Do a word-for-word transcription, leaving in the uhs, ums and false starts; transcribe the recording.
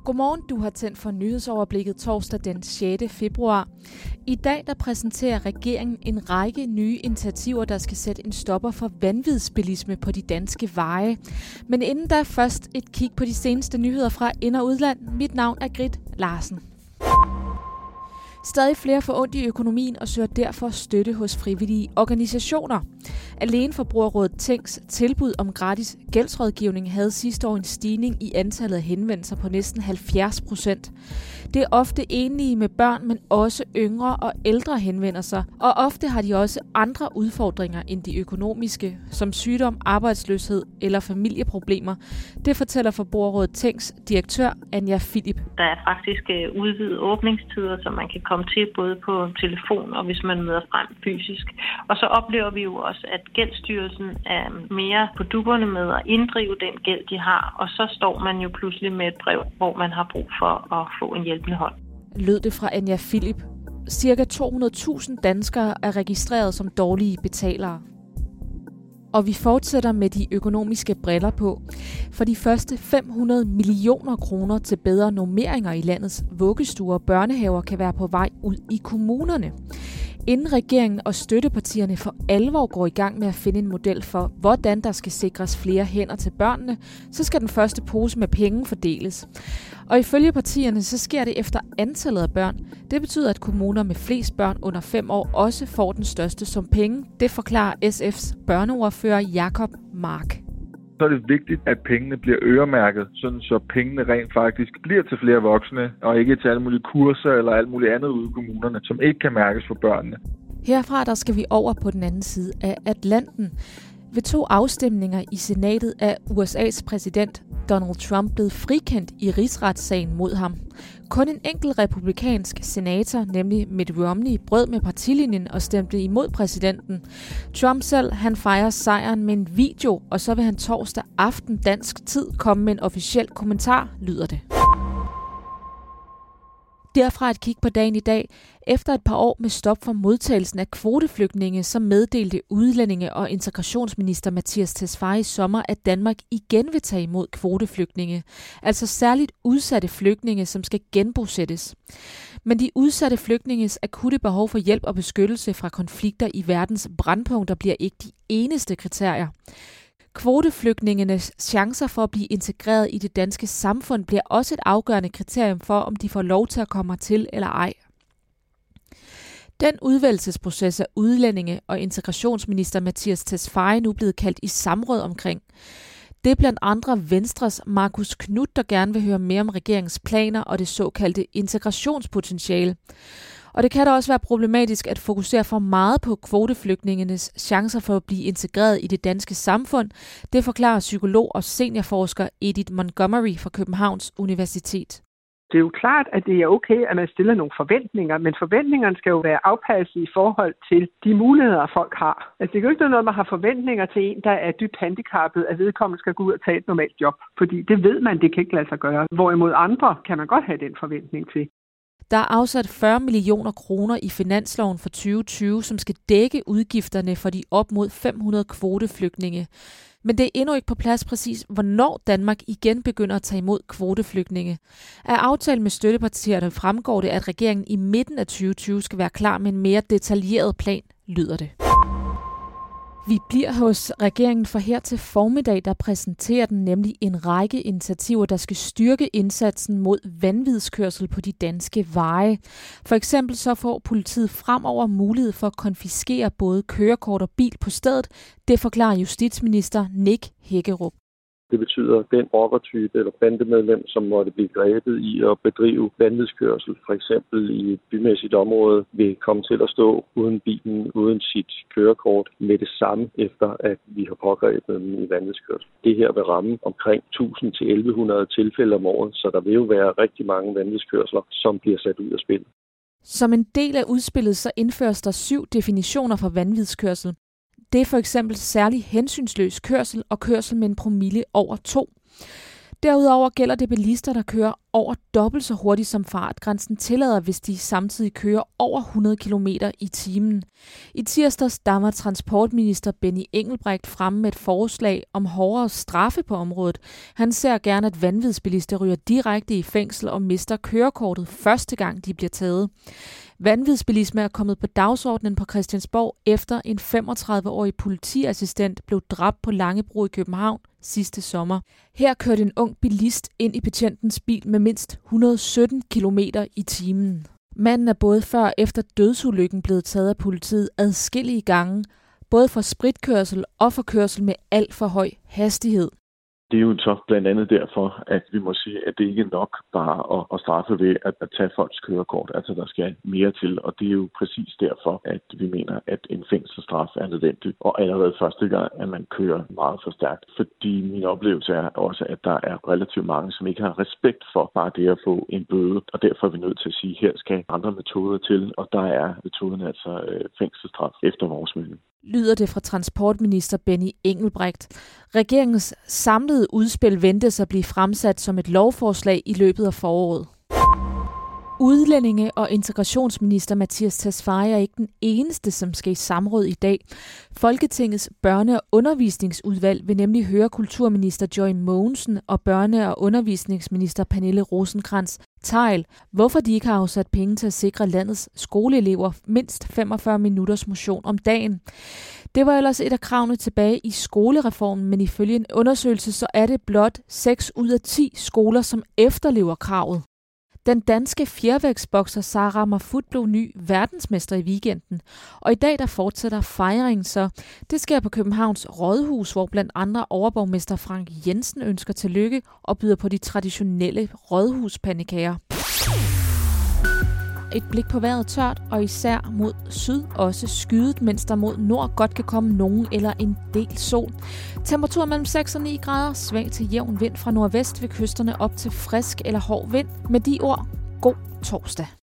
Godmorgen, du har tændt for nyhedsoverblikket torsdag den sjette februar. I dag der præsenterer regeringen en række nye initiativer, der skal sætte en stopper for vanvidsbilisme på de danske veje. Men inden da først et kig på de seneste nyheder fra ind- og udland. Mit navn er Grit Larsen. Stadig flere får ondt i økonomien og søger derfor støtte hos frivillige organisationer. Alene Forbrugerrådet Tænks tilbud om gratis gældsrådgivning havde sidste år en stigning i antallet af henvendelser på næsten halvfjerds procent. Det er ofte enlige med børn, men også yngre og ældre henvender sig, og ofte har de også andre udfordringer end de økonomiske, som sygdom, arbejdsløshed eller familieproblemer. Det fortæller Forbrugerrådet Tænks direktør Anja Philip. Der er faktisk udvidede åbningstider, så man kan komme til både på telefon og hvis man møder frem fysisk. Og så oplever vi jo også, at Gældsstyrelsen er mere på dupperne med at inddrive den gæld, de har, og så står man jo pludselig med et brev, hvor man har brug for at få en hjælpende hånd. Lød det fra Anja Philip. Cirka to hundrede tusind danskere er registreret som dårlige betalere. Og vi fortsætter med de økonomiske briller på. For de første fem hundrede millioner kroner til bedre normeringer i landets vuggestuer og børnehaver kan være på vej ud i kommunerne. Inden regeringen og støttepartierne for alvor går i gang med at finde en model for, hvordan der skal sikres flere hænder til børnene, så skal den første pose med penge fordeles. Og ifølge partierne, så sker det efter antallet af børn. Det betyder, at kommuner med flest børn under fem år også får den største sum penge. Det forklarer S F's børneordfører Jakob Mark. Så er det vigtigt, at pengene bliver øremærket, sådan så pengene rent faktisk bliver til flere voksne, og ikke til alle mulige kurser eller alt muligt andet ude i kommunerne, som ikke kan mærkes for børnene. Herfra der skal vi over på den anden side af Atlanten. Ved to afstemninger i senatet er U S A's præsident Donald Trump blevet frikendt i rigsretssagen mod ham. Kun en enkelt republikansk senator, nemlig Mitt Romney, brød med partilinjen og stemte imod præsidenten. Trump selv, han fejrer sejren med en video, og så vil han torsdag aften dansk tid komme med en officiel kommentar, lyder det. Derfra et kig på dagen i dag. Efter et par år med stop for modtagelsen af kvoteflygtninge, så meddelte udlændinge- og integrationsminister Mattias Tesfaye i sommer, at Danmark igen vil tage imod kvoteflygtninge. Altså særligt udsatte flygtninge, som skal genbosættes. Men de udsatte flygtninges akutte behov for hjælp og beskyttelse fra konflikter i verdens brandpunkter bliver ikke de eneste kriterier. Kvoteflygtningenes chancer for at blive integreret i det danske samfund bliver også et afgørende kriterium for, om de får lov til at komme til eller ej. Den udvælgelsesproces er udlændinge- og integrationsminister Mattias Tesfaye nu blevet kaldt i samråd omkring. Det er blandt andre Venstres Marcus Knuth, der gerne vil høre mere om regeringens planer og det såkaldte integrationspotentiale. Og det kan da også være problematisk at fokusere for meget på kvoteflygtningenes chancer for at blive integreret i det danske samfund. Det forklarer psykolog og seniorforsker Edith Montgomery fra Københavns Universitet. Det er jo klart, at det er okay, at man stiller nogle forventninger, men forventningerne skal jo være afpasset i forhold til de muligheder, folk har. Altså, det er jo ikke noget, man har forventninger til en, der er dybt handicappet, at vedkommende skal gå ud og tage et normalt job. Fordi det ved man, det kan ikke lade sig gøre. Hvorimod andre kan man godt have den forventning til. Der er afsat fyrre millioner kroner i finansloven for tyve tyve, som skal dække udgifterne for de op mod fem hundrede kvoteflygtninge. Men det er endnu ikke på plads præcis, hvornår Danmark igen begynder at tage imod kvoteflygtninge. Af aftalen med støttepartierne fremgår det, at regeringen i midten af tyve tyve skal være klar med en mere detaljeret plan, lyder det. Vi bliver hos regeringen, for her til formiddag, der præsenterer den nemlig en række initiativer, der skal styrke indsatsen mod vanvidskørsel på de danske veje. For eksempel så får politiet fremover mulighed for at konfiskere både kørekort og bil på stedet. Det forklarer justitsminister Nick Hækkerup. Det betyder, at den rockertype eller bandemedlem, som måtte blive grebet i at bedrive vanvidskørsel, for eksempel i et bymæssigt område, vil komme til at stå uden bilen, uden sit kørekort med det samme, efter at vi har pågrebet dem i vanvidskørsel. Det her vil ramme omkring tusind til elleve hundrede tilfælde om året, så der vil jo være rigtig mange vanvidskørsler, som bliver sat ud af spil. Som en del af udspillet, så indføres der syv definitioner for vanvidskørsel. Det er for eksempel særlig hensynsløs kørsel og kørsel med en promille over to. Derudover gælder det bilister, der kører over dobbelt så hurtigt som fartgrænsen tillader, hvis de samtidig kører over hundrede kilometer i timen. I tirsdags der var transportminister Benny Engelbrecht fremme med et forslag om hårdere straffe på området. Han ser gerne, at vanvidsbilister ryger direkte i fængsel og mister kørekortet første gang de bliver taget. Vanvidsbilisme er kommet på dagsordenen på Christiansborg efter en femogtredive-årig politiassistent blev dræbt på Langebro i København sidste sommer. Her kørte en ung bilist ind i betjentens bil med mindst hundrede og sytten kilometer i timen. Manden er både før og efter dødsulykken blevet taget af politiet adskillige gange, både for spritkørsel og for kørsel med alt for høj hastighed. Det er jo så blandt andet derfor, at vi må sige, at det ikke er nok bare at, at straffe ved at, at tage folks kørekort. Altså, der skal mere til, og det er jo præcis derfor, at vi mener, at en fængselsstraf er nødvendig. Og allerede første gang, at man kører meget for stærkt. Fordi min oplevelse er også, at der er relativt mange, som ikke har respekt for bare det at få en bøde. Og derfor er vi nødt til at sige, at her skal andre metoder til, og der er metoden altså fængselsstraf efter vores mening. Lyder det fra transportminister Benny Engelbrecht. Regeringens samlede udspil ventes at blive fremsat som et lovforslag i løbet af foråret. Udlændinge- og integrationsminister Mattias Tesfaye er ikke den eneste, som skal i samråd i dag. Folketingets børne- og undervisningsudvalg vil nemlig høre kulturminister Joy Mogensen og børne- og undervisningsminister Pernille Rosenkrantz-Theil, hvorfor de ikke har afsat penge til at sikre landets skoleelever mindst femogfyrre minutters motion om dagen. Det var ellers et af kravene tilbage i skolereformen, men ifølge en undersøgelse så er det blot seks ud af ti skoler, som efterlever kravet. Den danske fjervægtsbokser Sarah Mahfoud blev ny verdensmester i weekenden, og i dag der fortsætter fejringen, så det sker på Københavns Rådhus, hvor blandt andre overborgmester Frank Jensen ønsker tillykke og byder på de traditionelle rådhuspandekager. Et blik på vejret tørt, og især mod syd også skyet, mens der mod nord godt kan komme nogen eller en del sol. Temperatur mellem seks og ni grader, svag til jævn vind fra nordvest ved kysterne op til frisk eller hård vind. Med de ord, god torsdag.